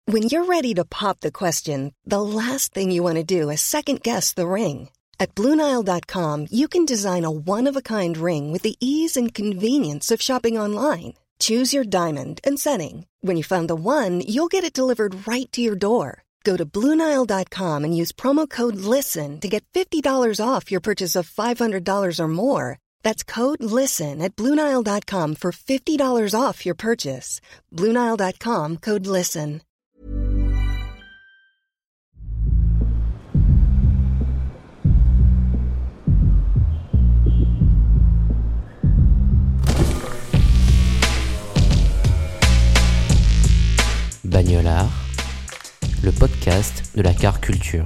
When you're ready to pop the question, the last thing you want to do is second-guess the ring. At BlueNile.com, you can design a one-of-a-kind ring with the ease and convenience of shopping online. Choose your diamond and setting. When you find the one, you'll get it delivered right to your door. Go to BlueNile.com and use promo code LISTEN to get $50 off your purchase of $500 or more. That's code LISTEN at BlueNile.com for $50 off your purchase. BlueNile.com, code LISTEN. Bagnolard, le podcast de la car culture.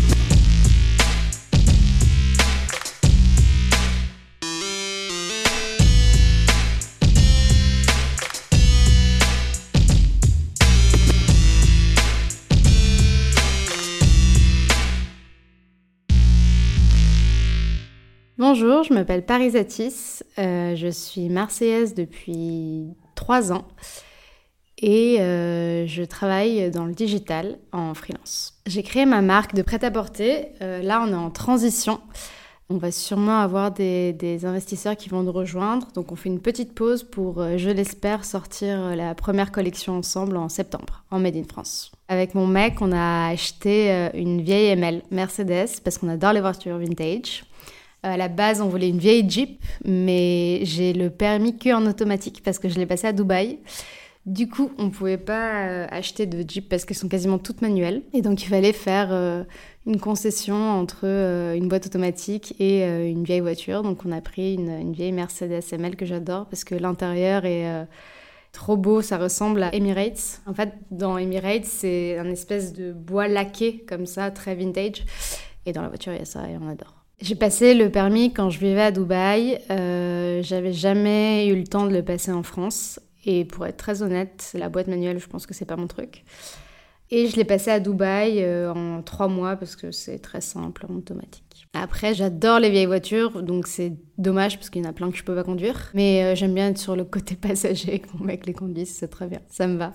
Bonjour, je m'appelle Paris Zatis, je suis marseillaise depuis 3 ans. Et je travaille dans le digital en freelance. J'ai créé ma marque de prêt-à-porter. Là, on est en transition. On va sûrement avoir des investisseurs qui vont nous rejoindre. Donc, on fait une petite pause pour, je l'espère, sortir la première collection ensemble en septembre, en Made in France. Avec mon mec, on a acheté une vieille ML Mercedes parce qu'on adore les voitures vintage. À la base, on voulait une vieille Jeep, mais j'ai le permis qu'en automatique parce que je l'ai passé à Dubaï. Du coup, on ne pouvait pas acheter de Jeep parce qu'elles sont quasiment toutes manuelles. Et donc, il fallait faire une concession entre une boîte automatique et une vieille voiture. Donc, on a pris une vieille Mercedes ML que j'adore parce que l'intérieur est trop beau. Ça ressemble à Emirates. En fait, dans Emirates, c'est un espèce de bois laqué comme ça, très vintage. Et dans la voiture, il y a ça et on adore. J'ai passé le permis quand je vivais à Dubaï. J'avais jamais eu le temps de le passer en France. Et pour être très honnête, la boîte manuelle, je pense que c'est pas mon truc. Et je l'ai passé à Dubaï en 3 mois parce que c'est très simple, en automatique. Après, j'adore les vieilles voitures, donc c'est dommage parce qu'il y en a plein que je peux pas conduire. Mais j'aime bien être sur le côté passager, que mon mec les conduise, c'est très bien. Ça me va.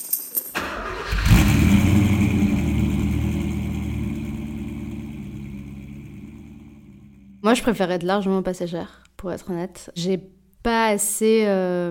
Moi, je préfère être largement passagère, pour être honnête. J'ai pas assez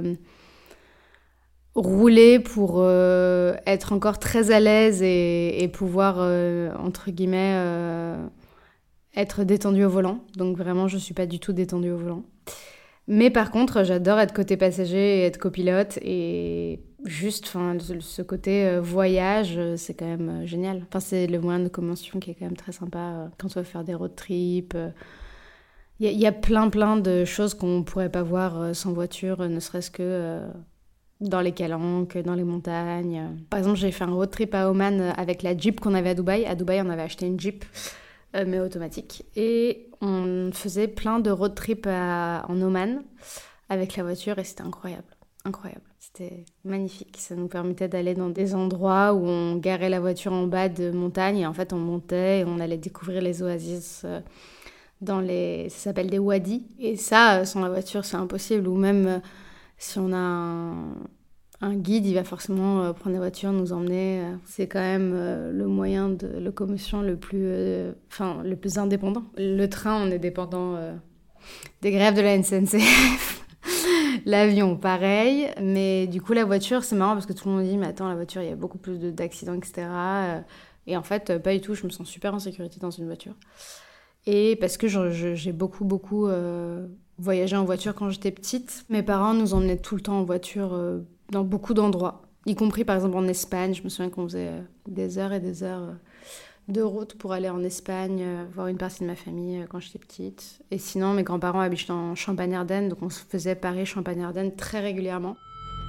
roulé pour être encore très à l'aise et pouvoir, entre guillemets, être détendue au volant. Donc vraiment, je suis pas du tout détendue au volant. Mais par contre, j'adore être côté passager et être copilote. Et juste, ce côté voyage, c'est quand même génial. Enfin, c'est le moyen de locomotion qui est quand même très sympa quand on va faire des road trips. Il y a plein de choses qu'on ne pourrait pas voir sans voiture, ne serait-ce que dans les calanques, dans les montagnes. Par exemple, j'ai fait un road trip à Oman avec la Jeep qu'on avait à Dubaï. À Dubaï, on avait acheté une Jeep, mais automatique. Et on faisait plein de road trips en Oman avec la voiture et c'était incroyable. Incroyable. C'était magnifique. Ça nous permettait d'aller dans des endroits où on garait la voiture en bas de montagne et en fait, on montait et on allait découvrir les oasis ça s'appelle des wadis. Et ça, sans la voiture, c'est impossible. Ou même si on a un guide, il va forcément prendre la voiture, nous emmener. C'est quand même le moyen de locomotion le plus indépendant. Le train, on est dépendant des grèves de la SNCF. L'avion, pareil. Mais du coup, la voiture, c'est marrant parce que tout le monde dit « Mais attends, la voiture, il y a beaucoup plus d'accidents, etc. » Et en fait, pas du tout. Je me sens super en sécurité dans une voiture. Et parce que j'ai beaucoup voyagé en voiture quand j'étais petite. Mes parents nous emmenaient tout le temps en voiture dans beaucoup d'endroits, y compris par exemple en Espagne. Je me souviens qu'on faisait des heures et des heures de route pour aller en Espagne, voir une partie de ma famille quand j'étais petite. Et sinon, mes grands-parents habitent en Champagne-Ardenne, donc on se faisait Paris-Champagne-Ardenne très régulièrement.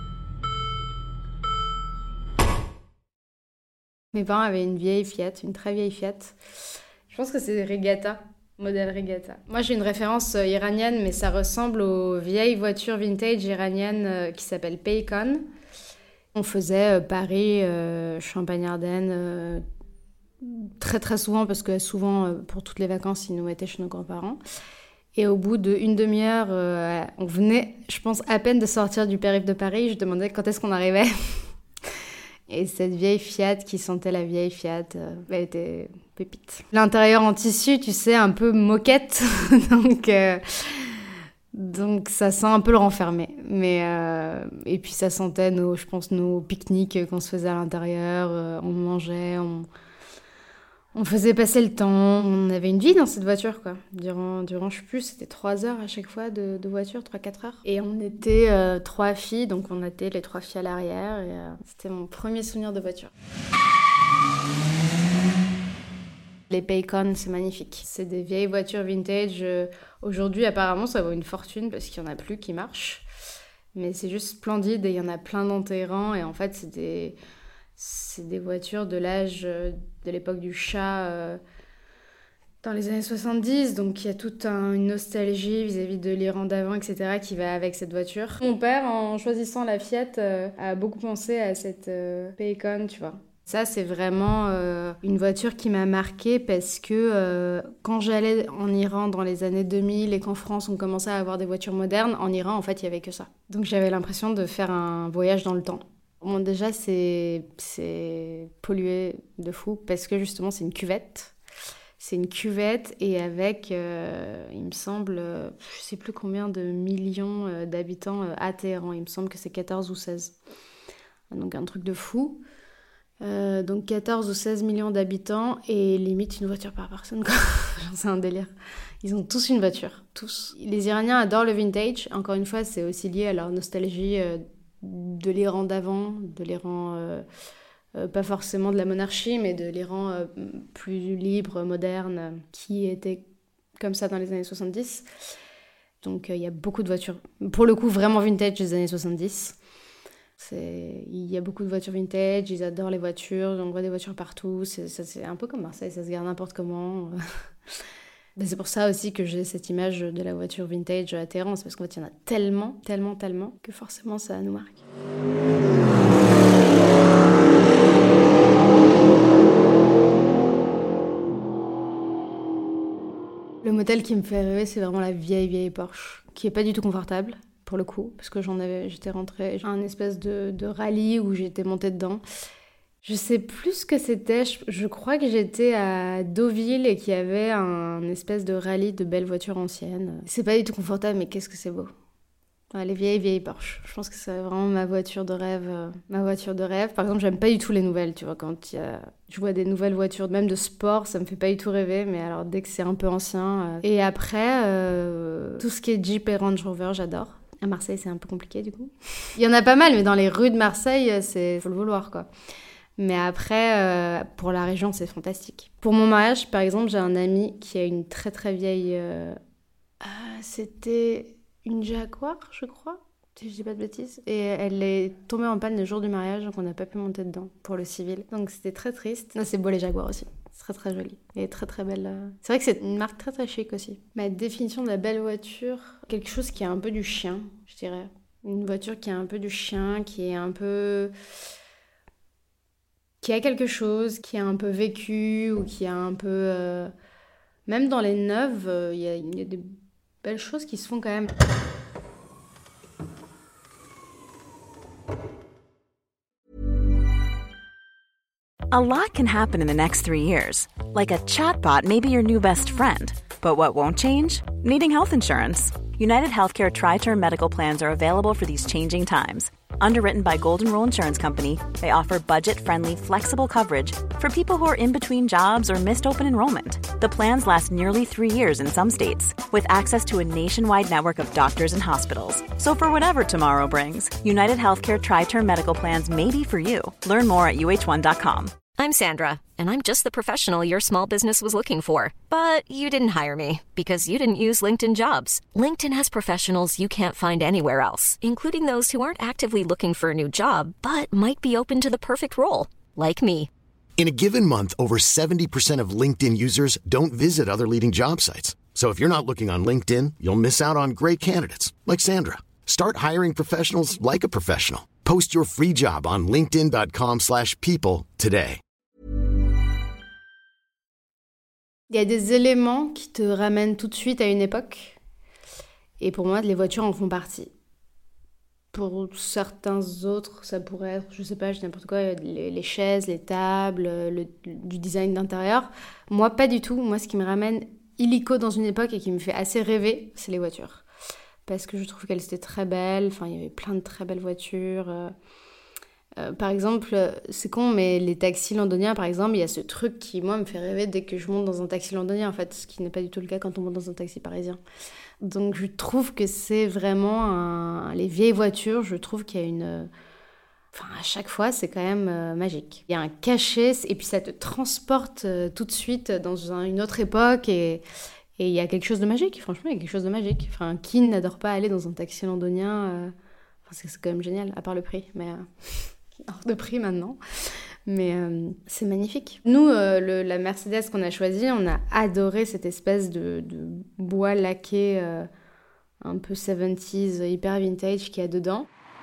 Mes parents avaient une vieille Fiat, une très vieille Fiat. Je pense que c'est Regatta, modèle Regatta. Moi, j'ai une référence iranienne, mais ça ressemble aux vieilles voitures vintage iraniennes qui s'appellent Paycon. On faisait Paris, Champagne-Ardenne, très très souvent, parce que souvent, pour toutes les vacances, ils nous mettaient chez nos grands-parents. Et au bout d'une demi-heure, on venait, je pense, à peine de sortir du périph' de Paris. Je demandais quand est-ce qu'on arrivait. Et cette vieille Fiat qui sentait la vieille Fiat, elle était pépite. L'intérieur en tissu, tu sais, un peu moquette, donc ça sent un peu le renfermé. Et puis ça sentait je pense, nos pique-niques qu'on se faisait à l'intérieur, on mangeait, on faisait passer le temps, on avait une vie dans cette voiture, quoi. Durant je sais plus, c'était 3 heures à chaque fois de voiture, 3-4 heures. Et on était 3 filles, donc on était les 3 filles à l'arrière, et c'était mon premier souvenir de voiture. Les Paycon, c'est magnifique. C'est des vieilles voitures vintage. Aujourd'hui, apparemment, ça vaut une fortune parce qu'il n'y en a plus qui marchent. Mais c'est juste splendide et il y en a plein d'enterrants. Et en fait, c'est des voitures de l'âge de l'époque du chat dans les années 70. Donc, il y a toute une nostalgie vis-à-vis de l'Iran d'avant, etc. qui va avec cette voiture. Mon père, en choisissant la Fiat, a beaucoup pensé à cette Paycon, tu vois. Ça, c'est vraiment une voiture qui m'a marquée parce que quand j'allais en Iran dans les années 2000 et qu'en France, on commençait à avoir des voitures modernes, en Iran, en fait, il n'y avait que ça. Donc, j'avais l'impression de faire un voyage dans le temps. Bon, déjà, c'est pollué de fou parce que justement, c'est une cuvette. C'est une cuvette et avec, il me semble, je ne sais plus combien de millions d'habitants à Téhéran. Il me semble que c'est 14 ou 16. Donc, un truc de fou. Donc 14 ou 16 millions d'habitants et limite une voiture par personne, quoi. C'est un délire. Ils ont tous une voiture, tous. Les Iraniens adorent le vintage. Encore une fois, c'est aussi lié à leur nostalgie de l'Iran d'avant, de l'Iran, pas forcément de la monarchie, mais de l'Iran plus libre, moderne, qui était comme ça dans les années 70. Donc il y a beaucoup de voitures, pour le coup vraiment vintage des années 70. Il y a beaucoup de voitures vintage, ils adorent les voitures, on voit des voitures partout, c'est un peu comme Marseille, ça se garde n'importe comment. C'est pour ça aussi que j'ai cette image de la voiture vintage à Téhéran, c'est parce qu'en fait il y en a tellement, tellement, tellement, que forcément ça nous marque. Le modèle qui me fait rêver, c'est vraiment la vieille Porsche, qui est pas du tout confortable. Pour le coup, parce que j'étais rentrée à un espèce de rallye où j'étais montée dedans. Je sais plus ce que c'était, je crois que j'étais à Deauville et qu'il y avait un espèce de rallye de belles voitures anciennes. C'est pas du tout confortable, mais qu'est-ce que c'est beau. Ouais, les vieilles Porsche. Je pense que c'est vraiment ma voiture de rêve. Par exemple, j'aime pas du tout les nouvelles, tu vois, je vois des nouvelles voitures, même de sport, ça me fait pas du tout rêver, mais alors dès que c'est un peu ancien... Et après, tout ce qui est Jeep et Range Rover, j'adore. À Marseille, c'est un peu compliqué, du coup. Il y en a pas mal, mais dans les rues de Marseille, faut le vouloir, quoi. Mais après, pour la région, c'est fantastique. Pour mon mariage, par exemple, j'ai un ami qui a une très très vieille... c'était une Jaguar, je crois, si je dis pas de bêtises. Et elle est tombée en panne le jour du mariage, donc on n'a pas pu monter dedans pour le civil. Donc c'était très triste. Non, c'est beau les Jaguars aussi. C'est très très joli. Et très très belle. C'est vrai que c'est une marque très très chic aussi. Ma définition de la belle voiture, quelque chose qui a un peu du chien, je dirais. Une voiture qui a un peu du chien, qui a quelque chose, qui a un peu vécu, ou qui a un peu... Même dans les neuves, il y a des belles choses qui se font quand même. A lot can happen in the next 3 years. Like a chatbot may be your new best friend. But what won't change? Needing health insurance. United Healthcare Tri-Term Medical Plans are available for these changing times. Underwritten by Golden Rule Insurance Company, they offer budget-friendly, flexible coverage for people who are in between jobs or missed open enrollment. The plans last nearly 3 years in some states, with access to a nationwide network of doctors and hospitals. So for whatever tomorrow brings, United Healthcare Tri-Term Medical Plans may be for you. Learn more at uh1.com. I'm Sandra, and I'm just the professional your small business was looking for. But you didn't hire me, because you didn't use LinkedIn Jobs. LinkedIn has professionals you can't find anywhere else, including those who aren't actively looking for a new job, but might be open to the perfect role, like me. In a given month, over 70% of LinkedIn users don't visit other leading job sites. So if you're not looking on LinkedIn, you'll miss out on great candidates, like Sandra. Start hiring professionals like a professional. Post your free job on linkedin.com/people today. Il y a des éléments qui te ramènent tout de suite à une époque. Et pour moi, les voitures en font partie. Pour certains autres, ça pourrait être, je sais pas, je dis n'importe quoi, les chaises, les tables, du design d'intérieur. Moi, pas du tout. Moi, ce qui me ramène illico dans une époque et qui me fait assez rêver, c'est les voitures. Parce que je trouve qu'elles étaient très belles. Enfin, il y avait plein de très belles voitures. Par exemple, c'est con, mais les taxis londoniens, par exemple, il y a ce truc qui, moi, me fait rêver dès que je monte dans un taxi londonien, en fait, ce qui n'est pas du tout le cas quand on monte dans un taxi parisien. Donc, je trouve que c'est vraiment les vieilles voitures, je trouve qu'il y a une... Enfin, à chaque fois, c'est quand même magique. Il y a un cachet, et puis ça te transporte tout de suite dans une autre époque, et il y a quelque chose de magique, franchement, il y a quelque chose de magique. Enfin, qui n'adore pas aller dans un taxi londonien Enfin, c'est quand même génial, à part le prix, mais... hors de prix maintenant, mais c'est magnifique. Nous, la Mercedes qu'on a choisie, on a adoré cette espèce de bois laqué un peu 70s, hyper vintage qu'il y a dedans.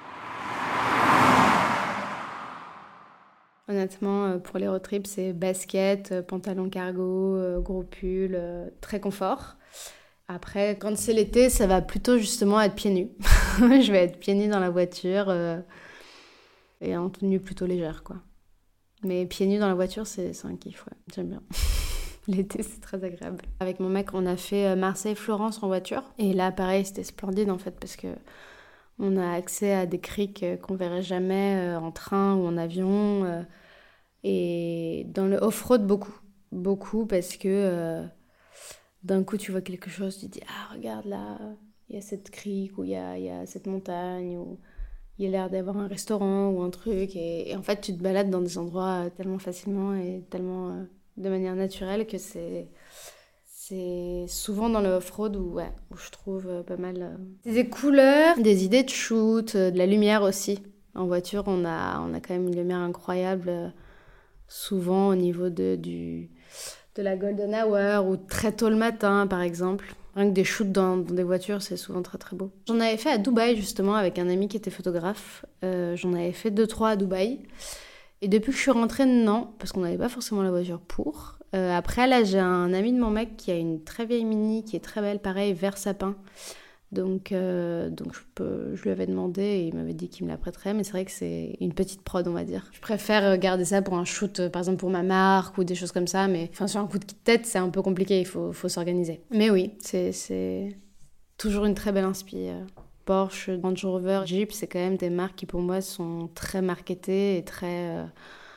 Honnêtement, pour les road trips, c'est basket, pantalon cargo, gros pull, très confort. Après, quand c'est l'été, ça va plutôt justement être pieds nus. Je vais être pieds nus dans la voiture... et en tenue plutôt légère, quoi. Mais pieds nus dans la voiture, c'est un kiff, ouais. J'aime bien. L'été, c'est très agréable. Avec mon mec, on a fait Marseille-Florence en voiture. Et là, pareil, c'était splendide, en fait, parce que on a accès à des criques qu'on verrait jamais en train ou en avion. Et dans le off-road, beaucoup. Beaucoup, parce que d'un coup, tu vois quelque chose, tu te dis « Ah, regarde, là, il y a cette crique, ou il y a cette montagne, ou... » il y a l'air d'avoir un restaurant ou un truc. Et en fait, tu te balades dans des endroits tellement facilement et tellement de manière naturelle que c'est souvent dans le off-road où je trouve pas mal... Des couleurs, des idées de shoot, de la lumière aussi. En voiture, on a quand même une lumière incroyable, souvent au niveau de la golden hour ou très tôt le matin, par exemple. Rien que des shoots dans des voitures, c'est souvent très très beau. J'en avais fait à Dubaï justement avec un ami qui était photographe. J'en avais fait 2-3 à Dubaï. Et depuis que je suis rentrée, non, parce qu'on n'avait pas forcément la voiture pour. Après, là, j'ai un ami de mon mec qui a une très vieille Mini qui est très belle, pareil, vert sapin. Donc je lui avais demandé et il m'avait dit qu'il me la prêterait, mais c'est vrai que c'est une petite prod, on va dire. Je préfère garder ça pour un shoot, par exemple pour ma marque ou des choses comme ça, mais sur un coup de tête, c'est un peu compliqué, il faut s'organiser. Mais oui, c'est toujours une très belle inspi. Porsche, Range Rover, Jeep, c'est quand même des marques qui pour moi sont très marketées et très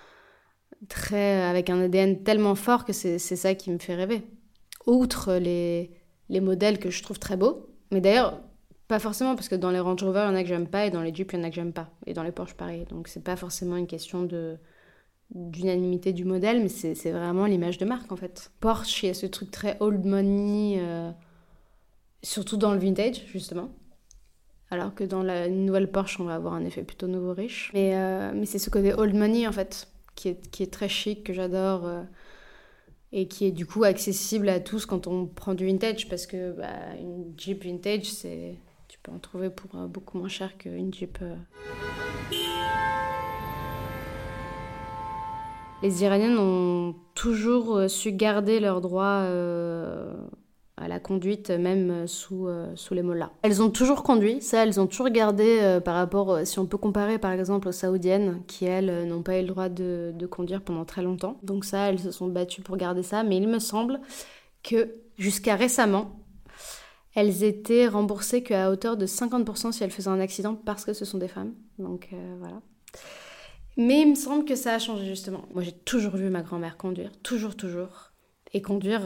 avec un ADN tellement fort que c'est ça qui me fait rêver. Outre les modèles que je trouve très beaux, mais d'ailleurs, pas forcément, parce que dans les Range Rover, il y en a que j'aime pas, et dans les Jeep, il y en a que j'aime pas. Et dans les Porsche, pareil. Donc, c'est pas forcément une question d'unanimité du modèle, mais c'est vraiment l'image de marque, en fait. Porsche, il y a ce truc très old money, surtout dans le vintage, justement. Alors que dans la nouvelle Porsche, on va avoir un effet plutôt nouveau riche. Mais c'est ce côté old money, en fait, qui est très chic, que j'adore... et qui est du coup accessible à tous quand on prend du vintage, parce que une Jeep vintage, tu peux en trouver pour beaucoup moins cher qu'une Jeep. Les Iraniennes ont toujours su garder leurs droits à la conduite, même sous les mollahs. Elles ont toujours conduit, ça, elles ont toujours gardé par rapport, si on peut comparer par exemple aux Saoudiennes, qui elles n'ont pas eu le droit de conduire pendant très longtemps. Donc ça, elles se sont battues pour garder ça, mais il me semble que jusqu'à récemment, elles étaient remboursées qu'à hauteur de 50% si elles faisaient un accident, parce que ce sont des femmes. Donc voilà. Mais il me semble que ça a changé justement. Moi j'ai toujours vu ma grand-mère conduire, toujours. Et conduire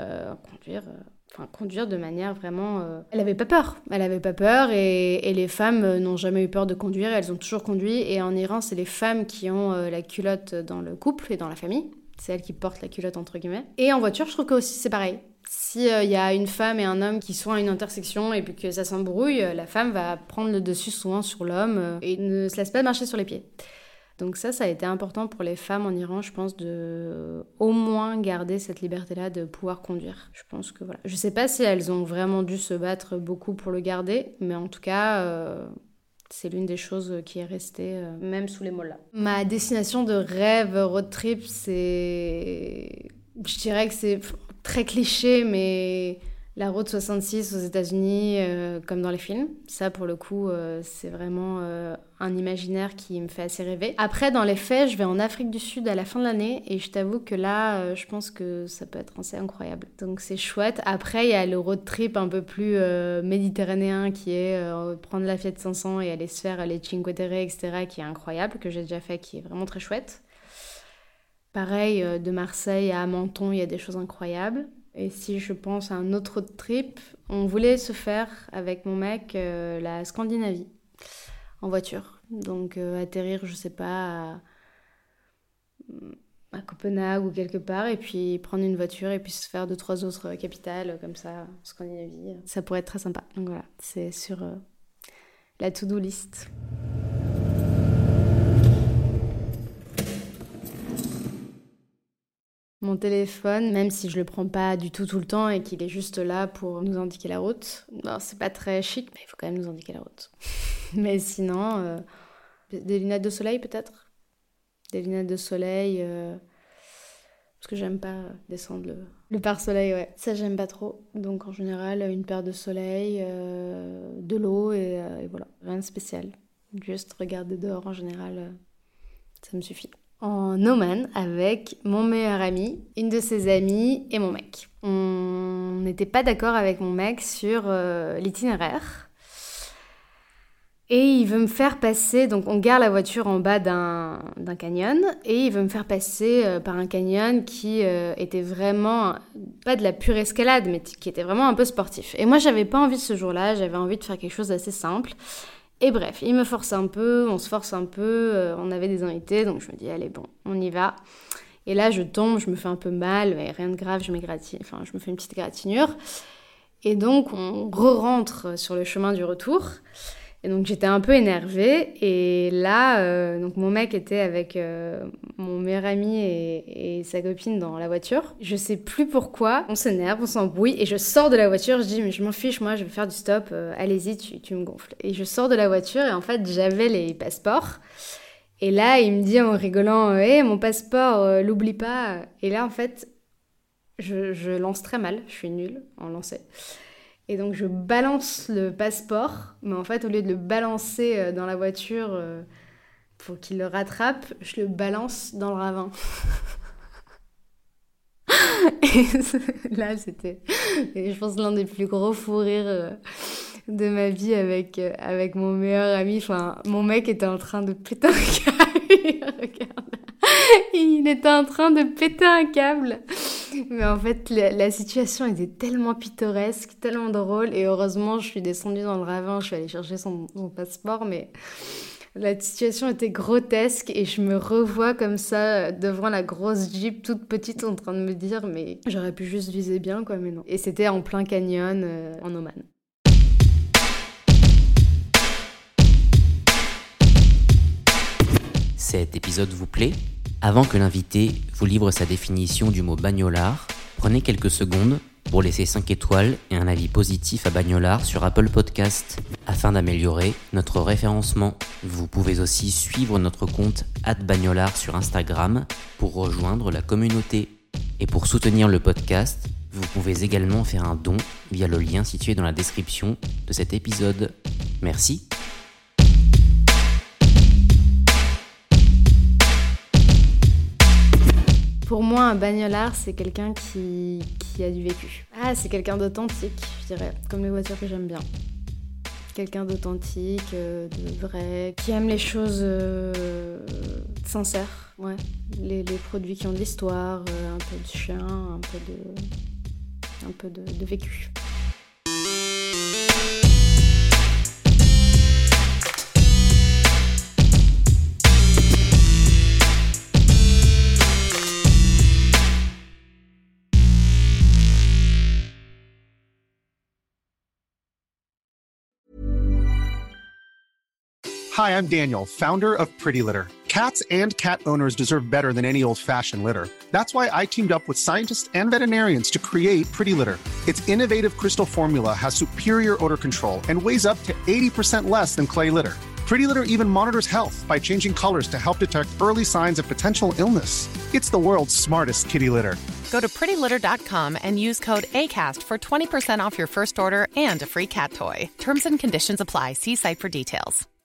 de manière vraiment... Elle avait pas peur et les femmes n'ont jamais eu peur de conduire, elles ont toujours conduit. Et en Iran, c'est les femmes qui ont la culotte dans le couple et dans la famille. C'est elles qui portent la culotte, entre guillemets. Et en voiture, je trouve que aussi c'est pareil. Si y a une femme et un homme qui sont à une intersection et puis que ça s'embrouille, la femme va prendre le dessus souvent sur l'homme et ne se laisse pas marcher sur les pieds. Donc ça a été important pour les femmes en Iran, je pense, de au moins garder cette liberté-là de pouvoir conduire. Je pense que voilà. Je sais pas si elles ont vraiment dû se battre beaucoup pour le garder, mais en tout cas, c'est l'une des choses qui est restée, même sous les mollahs. Ma destination de rêve road trip, je dirais que c'est très cliché, mais La route 66 aux États-Unis, comme dans les films. Ça, pour le coup, c'est vraiment un imaginaire qui me fait assez rêver. Après, dans les faits, je vais en Afrique du Sud à la fin de l'année et je t'avoue que là, je pense que ça peut être assez incroyable. Donc, c'est chouette. Après, il y a le road trip un peu plus méditerranéen qui est prendre la Fiat 500 et aller se faire les Cinque Terre, etc., qui est incroyable, que j'ai déjà fait, qui est vraiment très chouette. Pareil, de Marseille à Menton, il y a des choses incroyables. Et si je pense à un autre road trip, on voulait se faire avec mon mec la Scandinavie en voiture. Donc atterrir, je sais pas, à Copenhague ou quelque part, et puis prendre une voiture et puis se faire 2-3 autres capitales comme ça, en Scandinavie. Ça pourrait être très sympa. Donc voilà, c'est sur la to-do list. Mon téléphone, même si je le prends pas du tout le temps et qu'il est juste là pour nous indiquer la route, non, c'est pas très chic, mais il faut quand même nous indiquer la route. Mais sinon, des lunettes de soleil peut-être. Des lunettes de soleil, parce que j'aime pas descendre le pare-soleil, ouais. Ça, j'aime pas trop. Donc en général, une paire de soleil, de l'eau et voilà. Rien de spécial. Juste regarder dehors en général, ça me suffit. En Oman avec mon meilleur ami, une de ses amies et mon mec. On n'était pas d'accord avec mon mec sur l'itinéraire. Et il veut me faire passer, donc on gare la voiture en bas d'un canyon, et il veut me faire passer par un canyon qui était vraiment, pas de la pure escalade, mais qui était vraiment un peu sportif. Et moi, j'avais pas envie ce jour-là, j'avais envie de faire quelque chose d'assez simple. Et bref, il me force un peu, on se force un peu, on avait des invités, donc je me dis, allez, bon, on y va. Et là, je tombe, je me fais un peu mal, mais rien de grave, je me fais une petite égratignure. Et donc, on re-rentre sur le chemin du retour. Et donc, j'étais un peu énervée. Et là, donc mon mec était avec mon meilleur ami et sa copine dans la voiture. Je sais plus pourquoi, on s'énerve, on s'embrouille. Et je sors de la voiture, je dis, mais je m'en fiche, moi, je vais faire du stop. Allez-y, tu me gonfles. Et je sors de la voiture et en fait, j'avais les passeports. Et là, il me dit en rigolant, hey, mon passeport, l'oublie pas. Et là, en fait, je lance très mal. Je suis nulle en lancer. Et donc, je balance le passeport, mais en fait, au lieu de le balancer dans la voiture pour qu'il le rattrape, je le balance dans le ravin. Et là, c'était, je pense, l'un des plus gros fous rires de ma vie avec mon meilleur ami. Enfin, mon mec était en train de péter un câble. Regarde. Il était en train de péter un câble. Mais en fait, la situation était tellement pittoresque, tellement drôle. Et heureusement, je suis descendue dans le ravin, je suis allée chercher son passeport. Mais la situation était grotesque et je me revois comme ça devant la grosse Jeep toute petite en train de me dire mais j'aurais pu juste viser bien, quoi, mais non. Et c'était en plein canyon en Oman. Cet épisode vous plaît ? Avant que l'invité vous livre sa définition du mot bagnolard, prenez quelques secondes pour laisser 5 étoiles et un avis positif à Bagnolard sur Apple Podcast afin d'améliorer notre référencement. Vous pouvez aussi suivre notre compte @bagnolard sur Instagram pour rejoindre la communauté. Et pour soutenir le podcast, vous pouvez également faire un don via le lien situé dans la description de cet épisode. Merci. Pour moi, un bagnolard, c'est quelqu'un qui a du vécu. Ah, c'est quelqu'un d'authentique, je dirais, comme les voitures que j'aime bien. Quelqu'un d'authentique, de vrai, qui aime les choses sincères, ouais. Les produits qui ont de l'histoire, un peu de chien, un peu de vécu. Hi, I'm Daniel, founder of Pretty Litter. Cats and cat owners deserve better than any old-fashioned litter. That's why I teamed up with scientists and veterinarians to create Pretty Litter. Its innovative crystal formula has superior odor control and weighs up to 80% less than clay litter. Pretty Litter even monitors health by changing colors to help detect early signs of potential illness. It's the world's smartest kitty litter. Go to prettylitter.com and use code ACAST for 20% off your first order and a free cat toy. Terms and conditions apply. See site for details.